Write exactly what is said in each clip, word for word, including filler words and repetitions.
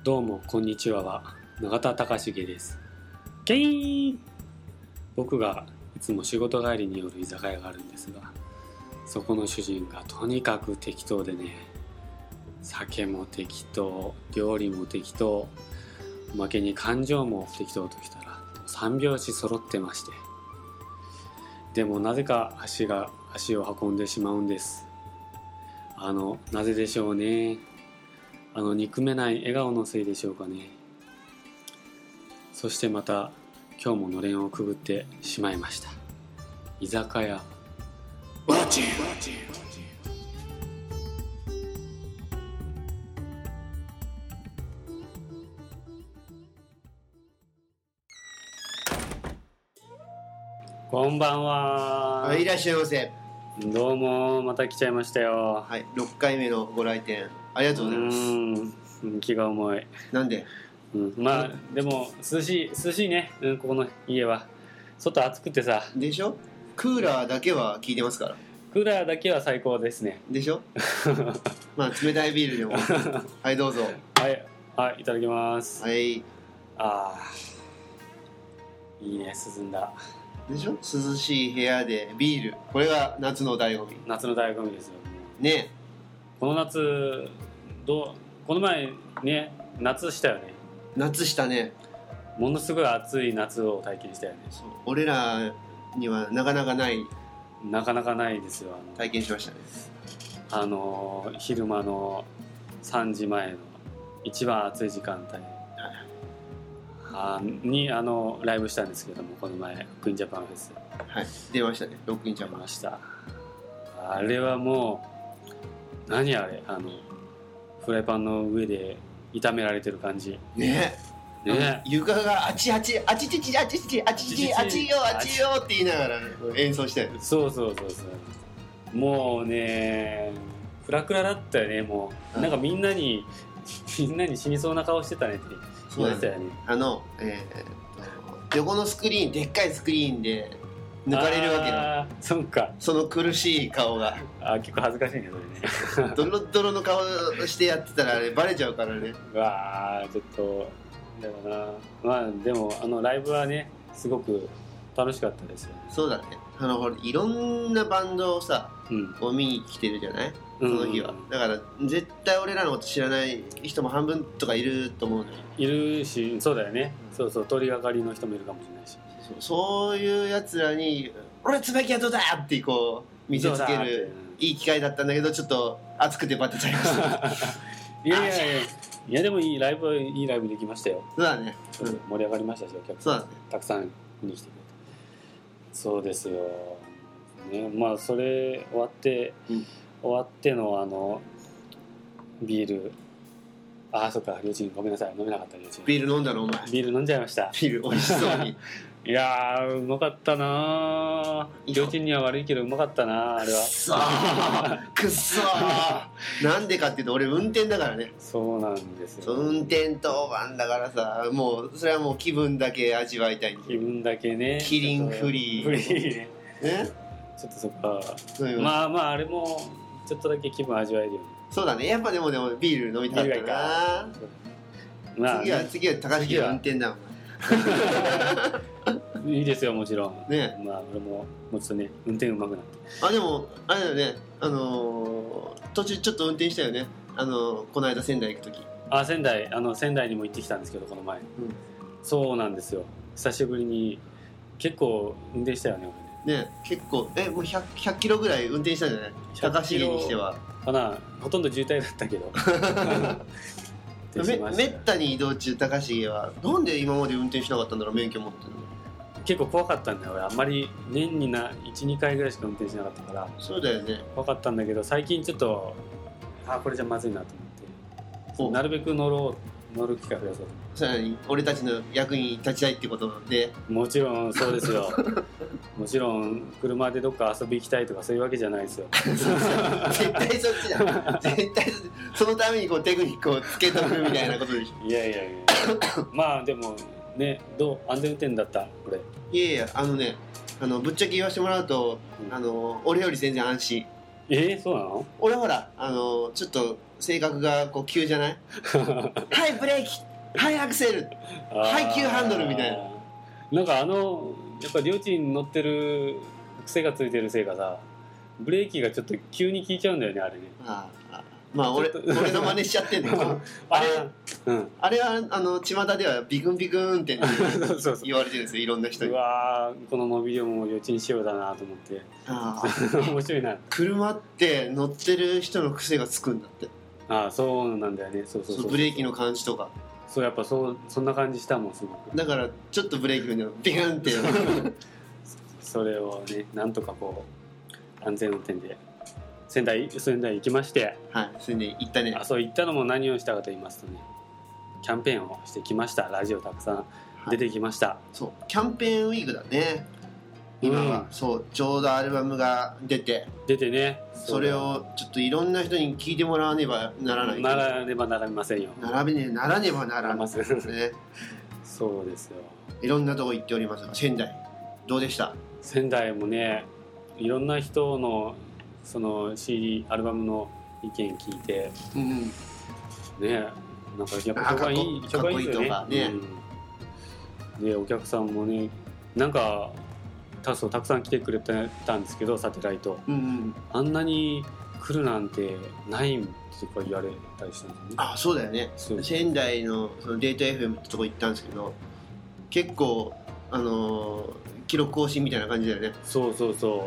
どうもこんにちはは永田隆重です。ケイーン。僕がいつも仕事帰りに寄る居酒屋があるんですが、そこの主人がとにかく適当でね、酒も適当、料理も適当、おまけに感情も適当ときたら三拍子揃ってまして、でもなぜか足が足を運んでしまうんです。あのなぜでしょうね。あの憎めない笑顔のせいでしょうかね。そしてまた今日ものれんをくぐってしまいました。居酒屋わちん。こんばんは。 はい、いらっしゃいませ。 どうもまた来ちゃいましたよ。 はい、ろっかいめのご来店ありがとうございます。 うん、気が重い。 なんで、 うん、まあでも涼しい涼しいね、うん、ここの家は外暑くてさ。 でしょ。クーラーだけは効いてますから。 クーラーだけは最高ですね。 でしょまあ冷たいビールでもはいどうぞ。 はいはい、いただきます。 はい。 あーいいね、涼んだでしょ。涼しい部屋でビール、これが夏の醍醐味。 夏の醍醐味ですよね。 この夏どう、この前ね夏したよね。 夏したね。 ものすごい暑い夏を体験したよね。 そう、俺らにはなかなかないなかなかないですよ。あの体験しましたね。 あの昼間のさんじまえの一番暑い時間帯あにあのライブしたんですけども、この前ロックインジャパンフェス、 はい、出ましたね。ロックインジャパン出ました。あれはもう何あれ、あのフライパンの上で炒められてる感じね。 ね、 床があちあちあちちちあちちちあちちあちよあちよって言いながら演奏してる。 そうそうそうそう。もうねフラクラだったよね。もうなんかみんなにみんなに死にそうな顔してたねって言われてたよね。 あの、えー、っと横のスクリーン、でっかいスクリーンで抜かれるわけだ。 そうか。 その苦しい顔があ、結構恥ずかしいねそれね。 ドロドロの顔してやってたらあれバレちゃうからね。 うわーちょっとだよな。まあでもあのライブはねすごく楽しかったですよね。 そうだね。あのほらいろんなバンドをさ、 うん、 を見に来てるじゃない、その日は、うん、だから絶対俺らのこと知らない人も半分とかいると思うのよ。 いるし、そうだよね、うん、そうそう、通りがかりの人もいるかもしれないし、 そう、そういうやつらに俺椿はどうだってこう見せつけるいい機会だったんだけど、ちょっと熱くてバテちゃいましたいやいやいやいや、でもいいライブいいライブできましたよ。 そうだね、 うん、盛り上がりましたし、お客さん、ね、たくさん見に来てくれて。そうですよ、ね、まあそれ終わって、うん、終わってのあのビール、ああそっか、りょうちんごめんなさい、飲めなかった。りょうちんビール飲んだのお前。 ビール飲んじゃいました。 ビール美味しそうにいやーうまかったなー。りょうちんには悪いけどうまかったな、あれは。 くっそーくっそーなんでかっていうと俺運転だからね。 そうなんですよ。 運転当番だからさ、もうそれはもう気分だけ味わいたいんで。 気分だけね。 キリンフリーフリーね。 ね、ちょっとそっか、まあまああれもちょっとだけ気分味わえるよね。 そうだね、やっぱでもでもビール飲みたかったな。まあ、次は次は高橋運転だもんいいですよ、もちろんね。 まあ俺ももうちょっとね運転うまくなって。 あ、でもあれだよね、あのー、途中ちょっと運転したよね、あのー、この間仙台行く時。 あ、仙台、あの仙台にも行ってきたんですけどこの前、うん、そうなんですよ、久しぶりに結構運転したよね俺ね。ね、結構えもう ひゃく, ひゃくキロぐらい運転したんじゃない、高重にしてはかな。ほとんど渋滞だったけどめ, めったに移動中高重はなんで今まで運転しなかったんだろう、免許持ってるの。 結構怖かったんだよ俺、あんまり年にな いち,に 回ぐらいしか運転しなかったから。 そうだよね、 怖かったんだけど最近ちょっとあこれじゃまずいなと思って、なるべく乗ろう乗る機会増やそうと。 さらに俺たちの役に立ちたいってことで。 もちろんそうですよもちろん車でどっか遊び行きたいとかそういうわけじゃないですよ絶対そっちだ絶対そのためにこうテクニックをつけとくみたいなことでしょ。 いやいやいやまあでもね、どう、安全運転だったこれ。 いやいや、あのね、あのぶっちゃけ言わせてもらうと、うん、あの俺より全然安心。 えー、そうなの？ 俺ほらあのちょっと性格がこう急じゃないはいブレーキはいアクセルはい急ハンドルみたいな。 なんかあのやっぱりりょーちん乗ってる癖がついてるせいかさ、ブレーキがちょっと急に効いちゃうんだよね、あれね。 ああ、まあ俺俺の真似しちゃってんだけどあれあ、うん、あれはあの巷ではビクンビクンってそうそうそう言われてるんですよ、いろんな人に。 うわこのモビリオもりょーちん仕様だなと思って。あ面白いな。 車って乗ってる人の癖がつくんだって。ああ、そうなんだよね。そうそうそうそう、 ブレーキの感じとか。 そう、やっぱそうそんな感じしたもん、すごく。 だからちょっとブレーキ踏んでもビュンってそれをね、なんとかこう安全運転で仙台仙台行きまして、 はい、仙台行ったね。 あ、そう行ったのも何をしたかと言いますとね、キャンペーンをしてきました。ラジオたくさん出てきました、はい、 そうキャンペーンウィークだね今は、うん、そうちょうどアルバムが出て出てね、 それをちょっといろんな人に聞いてもらわねばならない。 ならねばならませんよ。 並べねならねばならないですねそうですよ。 いろんなとこ行っておりますが、仙台どうでした？ 仙台もね、いろんな人のその シーディー アルバムの意見聞いて、うん、ね、なんかやっぱ評判いい、評判いいですよね。かっこいいとかね、うん、でお客さんもね、なんかたそうたくさん来てくれたんですけど、サテライト、うんうん、あんなに来るなんてないって言われたりしたんですよね。 あ、そうだよね。仙台 の, そのデート エフエム ってとこ行ったんですけど、結構あのー、記録更新みたいな感じだよね。 そうそうそう、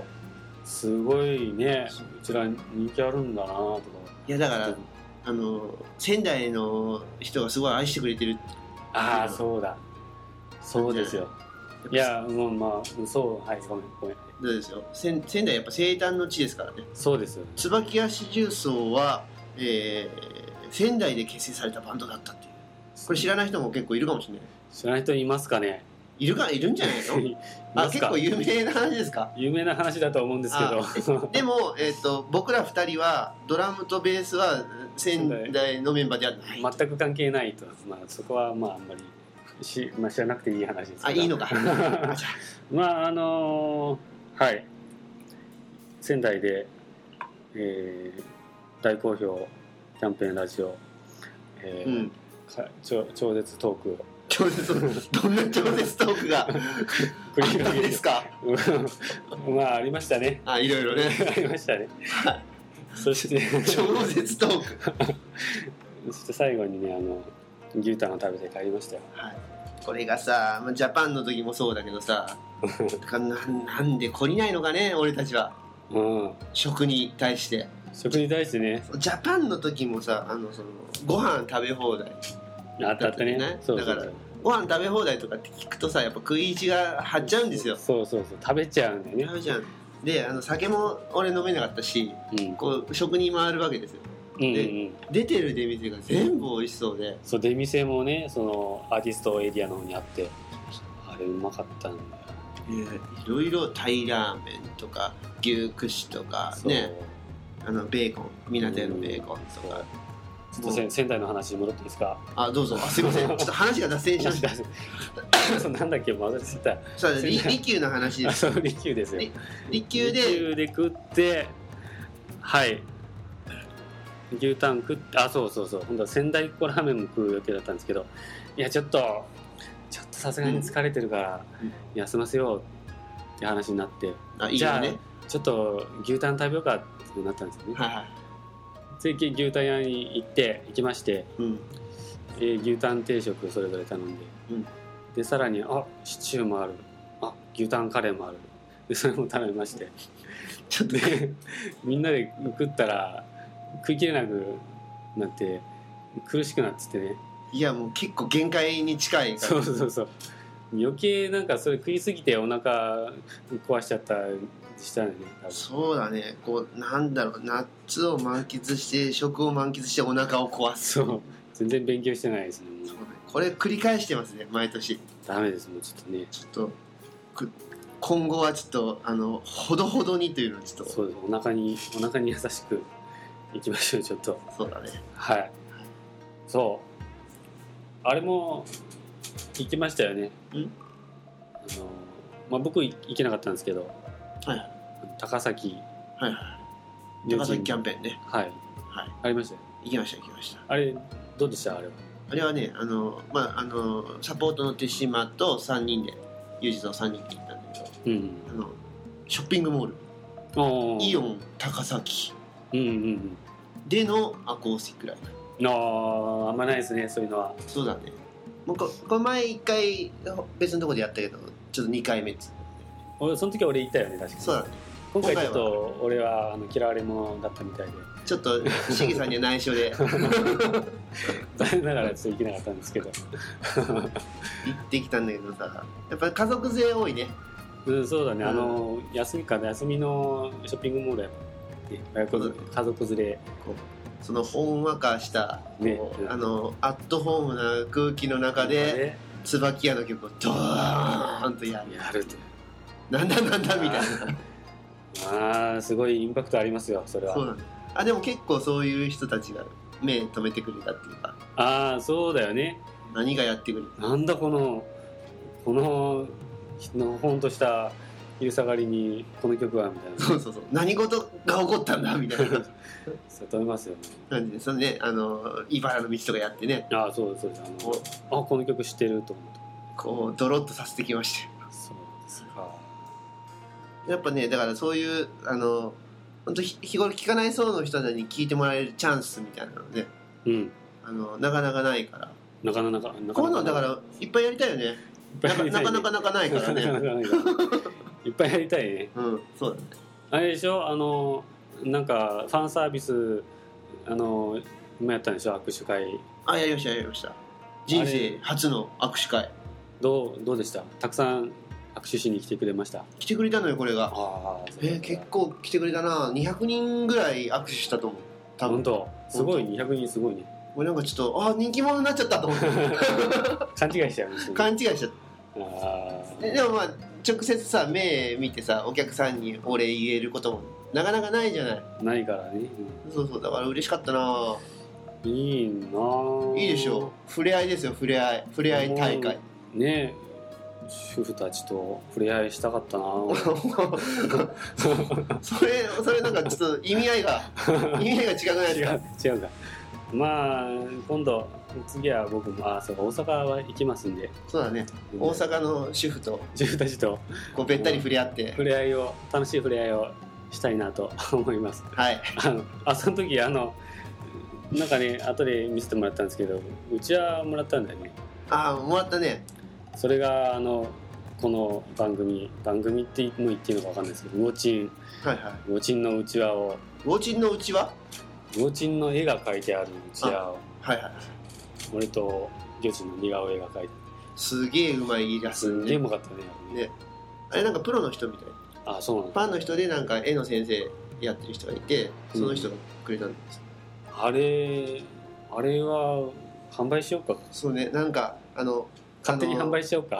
すごいね、うちら人気あるんだなとか。 いやだからあのー、仙台の人がすごい愛してくれてる。 ああ、そうだ、そうですよ。いや、もうまあそう、はい、ごめんごめん。 そうですよ。仙台やっぱ生誕の地ですからね。 そうですよ。 椿足重曹は、えー、仙台で結成されたバンドだったっていう。これ知らない人も結構いるかもしれない。 知らない人いますかね。 いるかいるんじゃないのあ、結構有名な話ですか。 有名な話だと思うんですけどでも、えー、と僕らふたりはドラムとベースは仙台のメンバーではない。 全く関係ないと、まあ、そこはまああんまりし、まあ、知らなくていい話です。 あ、いいのかまああのー、はい仙台で、えー、大好評キャンペーンラジオ、えーうん、か超超絶トークを超絶どんな超絶トークが繰り広げですかまあありましたね。 あ、いろいろねありましたねそして超絶トークそして最後にね、あの牛タンを食べて帰りましたよ、 はい、これがさ、ジャパンの時もそうだけどさな, なんで懲りないのかね俺たちは、うん、食に対して食に対してね。 ジャパンの時もさ、あのそのご飯食べ放題あったあったね。 そうそうそう、だからご飯食べ放題とかって聞くとさ、やっぱ食い意地が張っちゃうんですよ。 そうそうそう、食べちゃうんだよね。 食べちゃう。で、あの酒も俺飲めなかったし、うん、こう食に回るわけですよ。で、うんうん、出てる出店が全部美味しそうで、 そう出店もね、そのアーティストエリアの方にあって、あれうまかったんだよ。 いろいろタイラーメンとか牛串とかね、あのベーコン、港屋のベーコンとか。 ちょっと仙台の話に戻っていいですか。 あ、どうぞ。あ、すいません。ちょっと話が脱線しました。 そうなんだっけ、忘れてた。 そう、利休の話です。 そう、利休ですよ。 利休で。 利休で食って、はい。牛タン食って、あ、そうそうそう。本当は仙台っ子ラーメンも食う予定だったんですけど、いやちょっとちょっとさすがに疲れてるから休ませようって話になって、 あ、いいよね。 じゃあちょっと牛タン食べようかってなったんですよね。はいはい。で牛タン屋に行って行きまして、うん、えー、牛タン定食それぞれ頼んで、うん、でさらにあシチューもある、あ牛タンカレーもある、でそれも食べましてちょっとねみんなで食ったら食い切れなくなって苦しくなっててね。 いやもう結構限界に近いから。 そうそうそう、余計なんかそれ食いすぎてお腹壊しちゃったしたね。 そうだね、こうなんだろう、夏を満喫して食を満喫してお腹を壊す。 そう、全然勉強してないですね。 そうね、これ繰り返してますね毎年。 ダメです、もうちょっとね、 ちょっと今後はちょっとあのほどほどにというのをちょっと。 そうです、お腹にお腹に優しくいきましょうちょっと。 そうだね、 はい、そうあれも行きましたよね。んあの、まあ、僕行けなかったんですけど、はい、高崎高崎キャンペーンね。 はい、 はい、 ありましたよ。 行きました行きました。 あれどうでした？あれはあれはね、あのまああのサポートの手島とさんにんでユージとさんにんで行ったんだけど、 うん、 あのショッピングモールイオン高崎でのアコースティックライブ。 ああ、あんまないですね、そういうのは。 そうだね。もうここれ前いっかい別のところでやったけど、ちょっとにかいめっつ。 俺その時俺行ったよね、確かに。そうだね。今回ちょっと俺はあの嫌われ者だったみたいで、 ちょっとシゲさんには内緒で残念ながらちょっと行けなかったんですけど行ってきたんだけどさ、やっぱり家族勢多いね。 うん、そうだね、うん、あの休みか休みのショッピングモールやっぱ、ね、家族連れこうそのほんわかした、ね、うん、あのアットホームな空気の中で椿屋の曲をドーンとやるやると、 なんだなんだみたいなあーすごいインパクトありますよ、それは。 そうなんだ。あでも結構そういう人たちが目止めてくれたっていうか、 ああそうだよね、 何がやってくるなんだこのこののほんとした昼下がりにこの曲はみたいな、 そうそうそう、何事が起こったんだみたいなそう止めますよね。 感じで、そのね、あの茨の道とかやってね、 ああそうですそうです、あのあこの曲知ってると思ってこうドロッとさせてきましたよ。 そうですか。 やっぱね、だからそういうあの本当日頃聞かない層の人たちに聞いてもらえるチャンスみたいなのね、うん、あのなかなかないから、 なかなかなかこういうのだからいっぱいやりたいよね。なかなかなかなかないからねいっぱいやりたいね。 うん、そうだね。 あれでしょ、あのなんかファンサービスあの今やったんでしょ、握手会。あ、 やりましたやりました。人生初の握手会。 どうどうでした？たくさん握手しに来てくれました？ 来てくれたのよこれが。あえー、結構来てくれたな。にひゃくにんぐらい握手したと思う。 多分。本当。すごいにひゃくにんすごいね。 俺なんかちょっとあ人気者になっちゃったと思って勘違いしちゃう。 勘違いしちゃった。あでもまあ直接さ目見てさお客さんに俺言えることもなかなかないじゃない。 ないからね、 うん、そうそう、だから嬉しかったな。 いいないいでしょう。触れ合いですよ、触れ合い触れ合い大会ね。主婦たちと触れ合いしたかったなそれそれなんかちょっと意味合いが意味合いが違くないですか？ 違う違うか。まあ今度次は僕もあそう大阪は行きますんで。 そうだね、うん、大阪の主婦と主婦たちとこうべったり触れ合って触れ合いを楽しい触れ合いをしたいなと思います。 はい。 あのあその時あのなんかね後で見せてもらったんですけど、うちはもらったんだよね。 ああもらったね。 それがあのこの番組番組ってもう言っていいのか分かんないですけど、ウォチン、 はいはい、 ウォチンのうちわをウォチンのうちわウォチンの絵が描いてあるうちわを、 はいはい、 俺とギョチの似顔絵が描いてすげえうまいイラスト、 ね、すげえうまかったね。 あれね、あれなんかプロの人みたいな。 あそうなんだ。 ファンの人でなんか絵の先生やってる人がいて、その人がくれたんです、 うん、あれあれは販売しようか。 そうね、なんかあの勝手に販売しようか。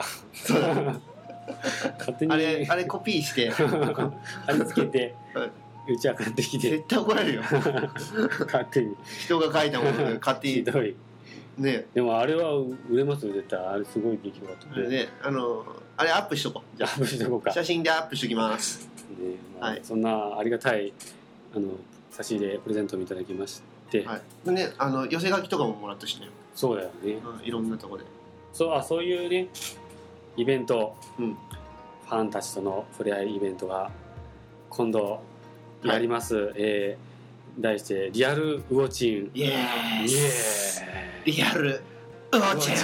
勝手にあれあれコピーして貼り付けてうちは買ってきて。 絶対怒られるよ勝手に人が描いたもので勝手に。 ひどいね。 でもあれは売れますよ絶対。あれすごい出来事だったあれね、あのあれアップしとこう。 じゃあアップしとこうか。 写真でアップしときます、 ね、まあ、はい、そんなありがたいあの差し入れプレゼントもいただきまして、 はい、ね、あの寄せ書きとかももらったしね。 そうだよね、 うん、いろんなとこで。 そう、あ、そういうねイベント、 うん、 ファンたちとの触れ合いイベントが今度やります、はい、えー、題してリアルウォチン。 イエーイ、イエーイ、リアルウォチン。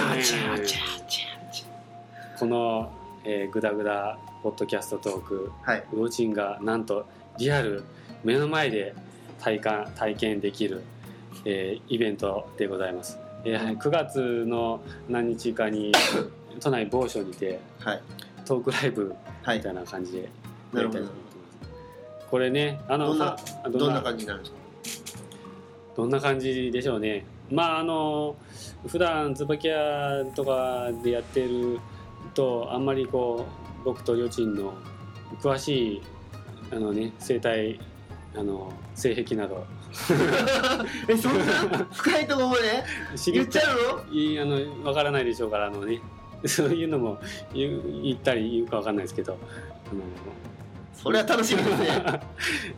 この、えー、グダグダポッドキャストトーク、 はい、 ウォチンがなんとリアル目の前で体感体験できる、えー、イベントでございます。えー、くがつの何日かに都内某所にて、 はい、 トークライブみたいな感じでやりたいと思ってます。これね、あのどんなどんな感じになるんですか？ どんな感じでしょうね。まああの普段椿屋とかでやってるとあんまりこう僕とりょちんの詳しいあのね生態あの性癖などえそんな深いところまで言っちゃうの？ いいあの分からないでしょうからあのねそういうのも 言, 言ったり言うか分かんないですけど、あのそれは楽しみですね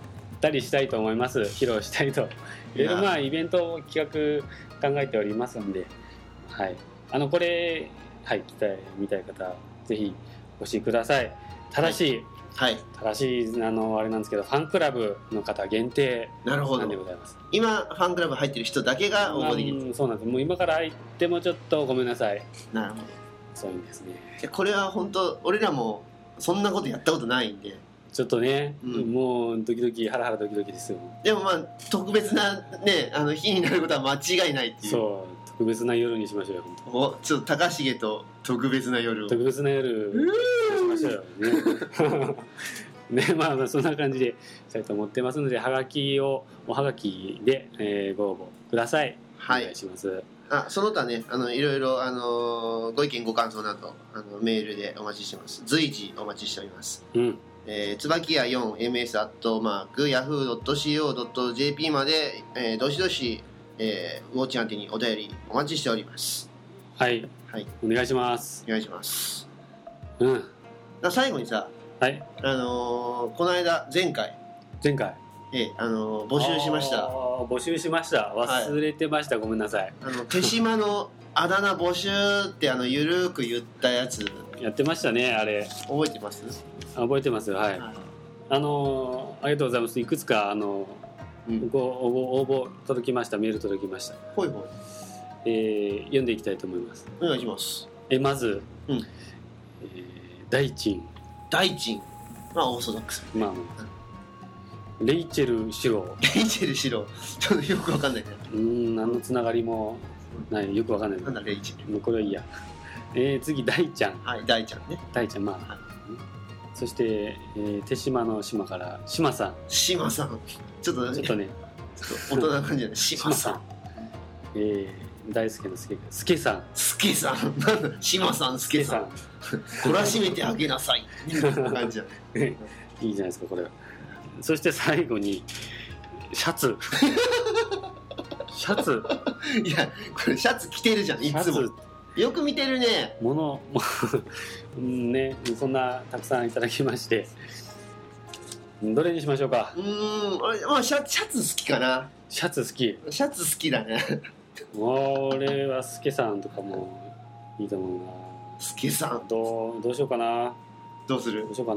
たりしたいと思います。披露したいといろいろまあイベントを企画考えておりますので、はい、あのこれ、はい、来たい見たい方ぜひお越しください。ただし、はい、ただしあのあれなんですけどファンクラブの方限定なんでございます。 今ファンクラブ入ってる人だけが応募できる、 まあ、そうなんです。もう今から入ってもちょっとごめんなさい。 なるほど、 そういうんですね。 これは本当俺らもそんなことやったことないんでちょっとね、うん、もうドキドキハラハラドキドキですよ。 でもまあ特別なねあの日になることは間違いないっていう。 そう特別な夜にしましょうよ。本当おちょっと高重と特別な夜を特別な夜しましょうよね。ねまあまあそんな感じでしたいと思ってますので、はがきをおはがきで、えー、ご応募ください。はい、お願いします。 あその他ねあのいろいろあのご意見ご感想などあのメールでお待ちしてます。随時お待ちしております。うんえー、椿屋 よんエムエス アットマーク ヤフー ドット シーオー ドット ジェーピー まで、えー、どしどし、えー、ウォッチアンテにお便りお待ちしております。 はい、はい、お願いします。 お願いします。 うんだ最後にさ、はいあのー、この間前回前回えーあのー、募集しました。 募集しました忘れてました、はい、ごめんなさい。 あの手島のあだ名募集ってあのゆるく言ったやつやってましたね。あれ覚えてます？ 覚えてますはい、はい、あのありがとうございます。いくつかあの、うん、ご応募応募届きました。メール届きました。 ほいほい、 えー、読んでいきたいと思います。 お願いします。 えまず、うんえー、大鎮大鎮まあオーソドックスまあ、 うん、レイチェルシロレイチェルシロちょっとよくわかんないね。 うん何のつながりもないよくわかんない。 なんだレイチェル。 もうこれはいいや。えー、次大ちゃん。 はい大ちゃんね。 大ちゃんまあ、はい、そして、えー、手島の島から島さん。 島さんちょっとちょっとね大人な感じじゃない。島さん。 えー、大輔の輔スケさん。 スケさんなんだ島さんスケさん。懲らしめてあげなさいみたいな感じじゃない。 いいじゃないですかこれ。そして最後にシャツ。シャツいやこれシャツ着てるじゃんいつも。よく見てるね。 ものねそんなたくさんいただきましてどれにしましょうか。 うーん俺、まあ、シャ、シャツ好きかな。 シャツ好き。 シャツ好きだね。 俺はスケさんとかもいいと思うな。 スケさんどうどうしようかな。 どうするどうしようかな。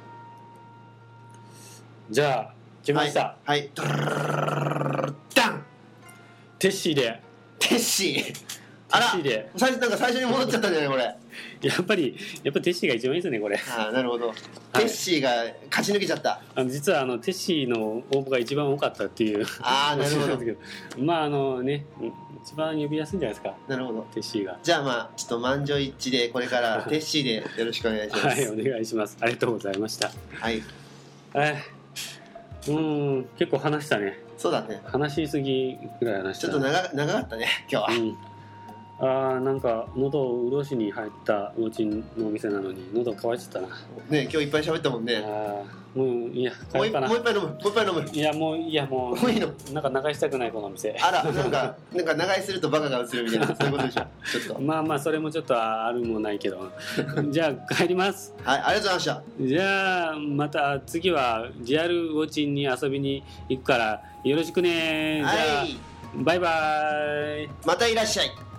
じゃあ決めました。 はい、はい、ダンテッシーで。 テッシーあらで最初なんか最初に戻っちゃったんじゃないこれ。 やっぱりやっぱテッシーが一番いいですねこれ。 ああなるほど、はい、テッシーが勝ち抜けちゃった。 あの実はあのテッシーの応募が一番多かったっていう。 ああなるほどまああのね一番呼びやすいんじゃないですか。 なるほどテッシーが。 じゃあまあちょっと満場一致でこれからテッシーでよろしくお願いします。 はいお願いします。ありがとうございました。 はいはいうん結構話したね。 そうだね話しすぎぐらい話した。 ちょっと 長, 長かったね今日は、うんあーなんか喉を潤しに入ったお家のお店なのに喉乾いちゃったなね。今日いっぱい喋ったもんね。 ああもういや帰ろうかな。 もう一杯飲むもう一杯飲む。 いやもういやもうもういいの。 なんか長居したくないこの店。 あらなんかなんか長居するとバカが映るみたいなそういうことでしょちょっとまあまあそれもちょっとあるもないけどじゃあ帰ります。 はいありがとうございました。 じゃあまた次はジアルウォチンに遊びに行くからよろしくね。 はいじゃあバイバイまたいらっしゃい。